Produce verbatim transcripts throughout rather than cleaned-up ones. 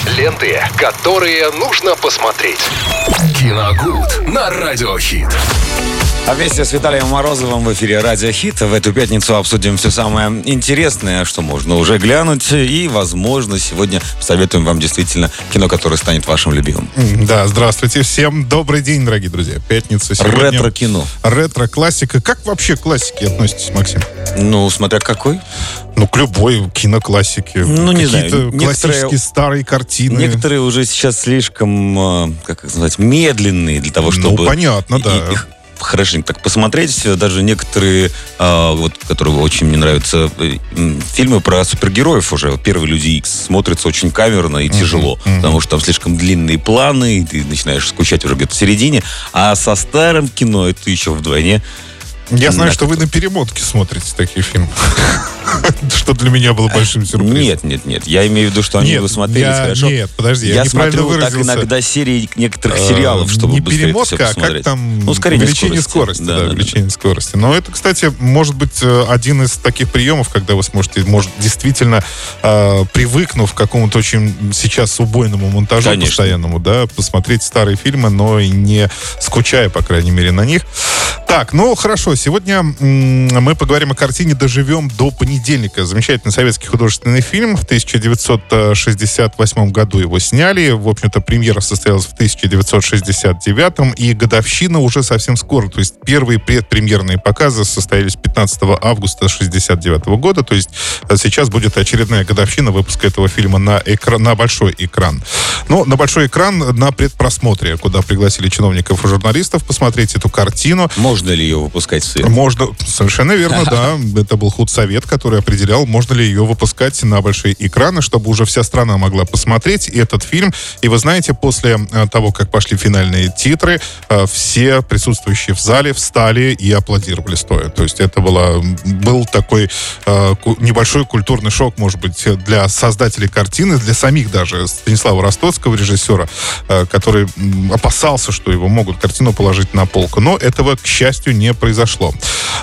Ленты, которые нужно посмотреть. Киногуд на Радиохит. А вместе с Виталием Морозовым в эфире Радио Хит. В эту пятницу обсудим все самое интересное, что можно уже глянуть. И, возможно, сегодня посоветуем вам действительно кино, которое станет вашим любимым. Да, здравствуйте всем. Добрый день, дорогие друзья. Пятница сегодня. Ретро-кино. Ретро-классика. Как вообще к классике относитесь, Максим? Ну, смотря какой. Ну, к любой киноклассике. Ну, не знаю. Какие-то классические старые картины. Некоторые уже сейчас слишком, как их назвать, медленные для того, чтобы... Ну, понятно, да. Их хорошенько так посмотреть. Даже некоторые, э, вот, которые очень мне нравятся, э, фильмы про супергероев уже. Первые «Люди Икс» смотрятся очень камерно и тяжело, uh-huh, uh-huh. потому что там слишком длинные планы, и ты начинаешь скучать уже где-то в середине. А со старым кино это еще вдвойне. Я знаю, что вы на перемотке смотрите такие фильмы. Что для меня было большим сюрпризом. Нет, нет, нет. Я имею в виду, что они нет, вы смотрелись я, хорошо. Нет, подожди, я, я неправильно смотрю выразился. так иногда серии некоторых сериалов, чтобы не быстрее перемотка, это все посмотреть. А как там ну, увеличение скорости. скорости да, да, увеличение да. скорости. Но это, кстати, может быть один из таких приемов, когда вы сможете, может, действительно, э, привыкнув к какому-то очень сейчас убойному монтажу Конечно. постоянному, да, посмотреть старые фильмы, но и не скучая, по крайней мере, на них. Так, ну, хорошо. Сегодня м- мы поговорим о картине «Доживем до понедельника». Замечательный советский художественный фильм. В тысяча девятьсот шестьдесят восьмом году его сняли. В общем-то, премьера состоялась в тысяча девятьсот шестьдесят девятом, и годовщина уже совсем скоро. То есть первые предпремьерные показы состоялись пятнадцатого августа шестьдесят девятого года. То есть сейчас будет очередная годовщина выпуска этого фильма на, экран, на большой экран. Но на большой экран на предпросмотре, куда пригласили чиновников и журналистов посмотреть эту картину. Можно ли ее выпускать в свет? Можно, совершенно верно, да. Это был худсовет, который определял, можно ли ее выпускать на большие экраны, чтобы уже вся страна могла посмотреть этот фильм. И вы знаете, после того, как пошли финальные титры, все присутствующие в зале встали и аплодировали стоя. То есть это было, был такой небольшой культурный шок, может быть, для создателей картины, для самих даже Станислава Ростоцкого, режиссера, который опасался, что его могут картину положить на полку. Но этого, к счастью, не произошло.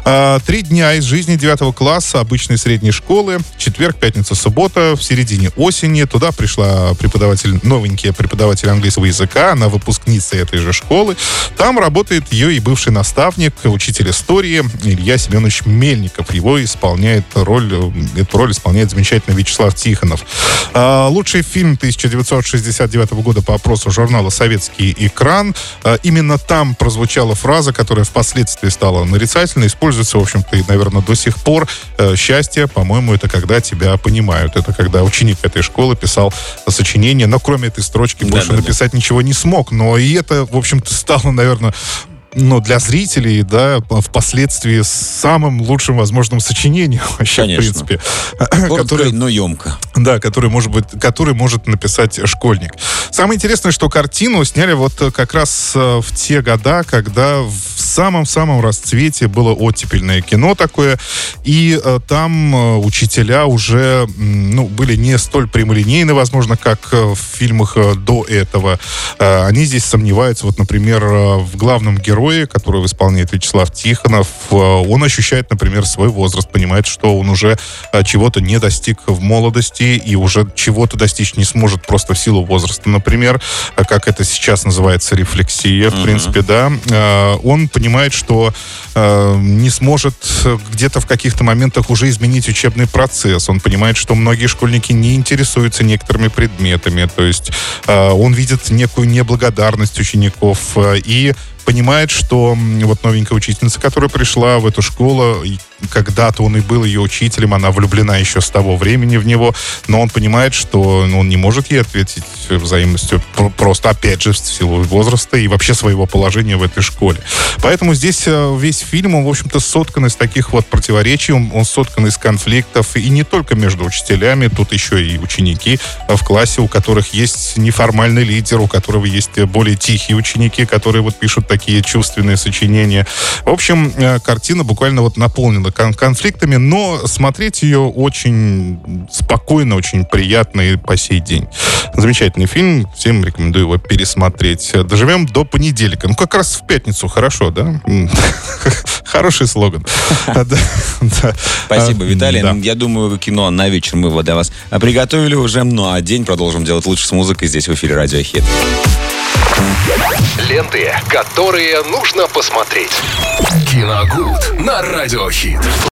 Три дня из жизни девятого класса обычной средней школы. Четверг, пятница, суббота. В середине осени туда пришла преподаватель, новенький преподаватель английского языка. Она выпускница этой же школы. Там работает ее и бывший наставник, учитель истории Илья Семенович Мельников. Его исполняет роль, эту роль исполняет замечательный Вячеслав Тихонов. Лучший фильм тысяча девятьсот шестьдесят девятого года по опросу журнала «Советский экран». Именно там прозвучала фраза, которая впоследствии стала нарицательной, используется, в общем-то, и, наверное, до сих пор. Счастье, по-моему, это когда тебя понимают. Это когда ученик этой школы писал сочинение, но кроме этой строчки да, больше да, написать да. ничего не смог. Но и это, в общем-то, стало, наверное, ну, для зрителей, да, впоследствии самым лучшим возможным сочинением вообще, Конечно. в принципе. Коротко, который, но емко. Да, который может быть, который может написать школьник. Самое интересное, что картину сняли вот как раз в те года, когда в самом-самом расцвете было оттепельное кино такое, и там учителя уже, ну, были не столь прямолинейны, возможно, как в фильмах до этого. Они здесь сомневаются, вот, например, в главном герое, которого исполняет Вячеслав Тихонов, он ощущает, например, свой возраст, понимает, что он уже чего-то не достиг в молодости и уже чего-то достичь не сможет просто в силу возраста, например, как это сейчас называется, рефлексия, в mm-hmm. принципе, да. Он понимает, что не сможет где-то в каких-то моментах уже изменить учебный процесс. Он понимает, что многие школьники не интересуются некоторыми предметами, то есть он видит некую неблагодарность учеников и понимает, что вот новенькая учительница, которая пришла в эту школу, когда-то он и был ее учителем, она влюблена еще с того времени в него, но он понимает, что он не может ей ответить взаимностью, просто, опять же, в силу возраста и вообще своего положения в этой школе. Поэтому здесь весь фильм, он, в общем-то, соткан из таких вот противоречий, он, он соткан из конфликтов, и не только между учителями, тут еще и ученики в классе, у которых есть неформальный лидер, у которого есть более тихие ученики, которые вот пишут такие чувственные сочинения. В общем, картина буквально вот наполнена кон- конфликтами, но смотреть ее очень спокойно, очень приятно и по сей день. Замечательный фильм, всем рекомендую его пересмотреть. Доживем до понедельника. Ну, как раз в пятницу, хорошо, да? Хороший слоган. Спасибо, Виталий. Я думаю, кино на вечер мы его для вас приготовили уже, ну а день продолжим делать лучше с музыкой здесь в эфире Радио Хит. Ленты, которые нужно посмотреть. Киногуд на Радио Хит.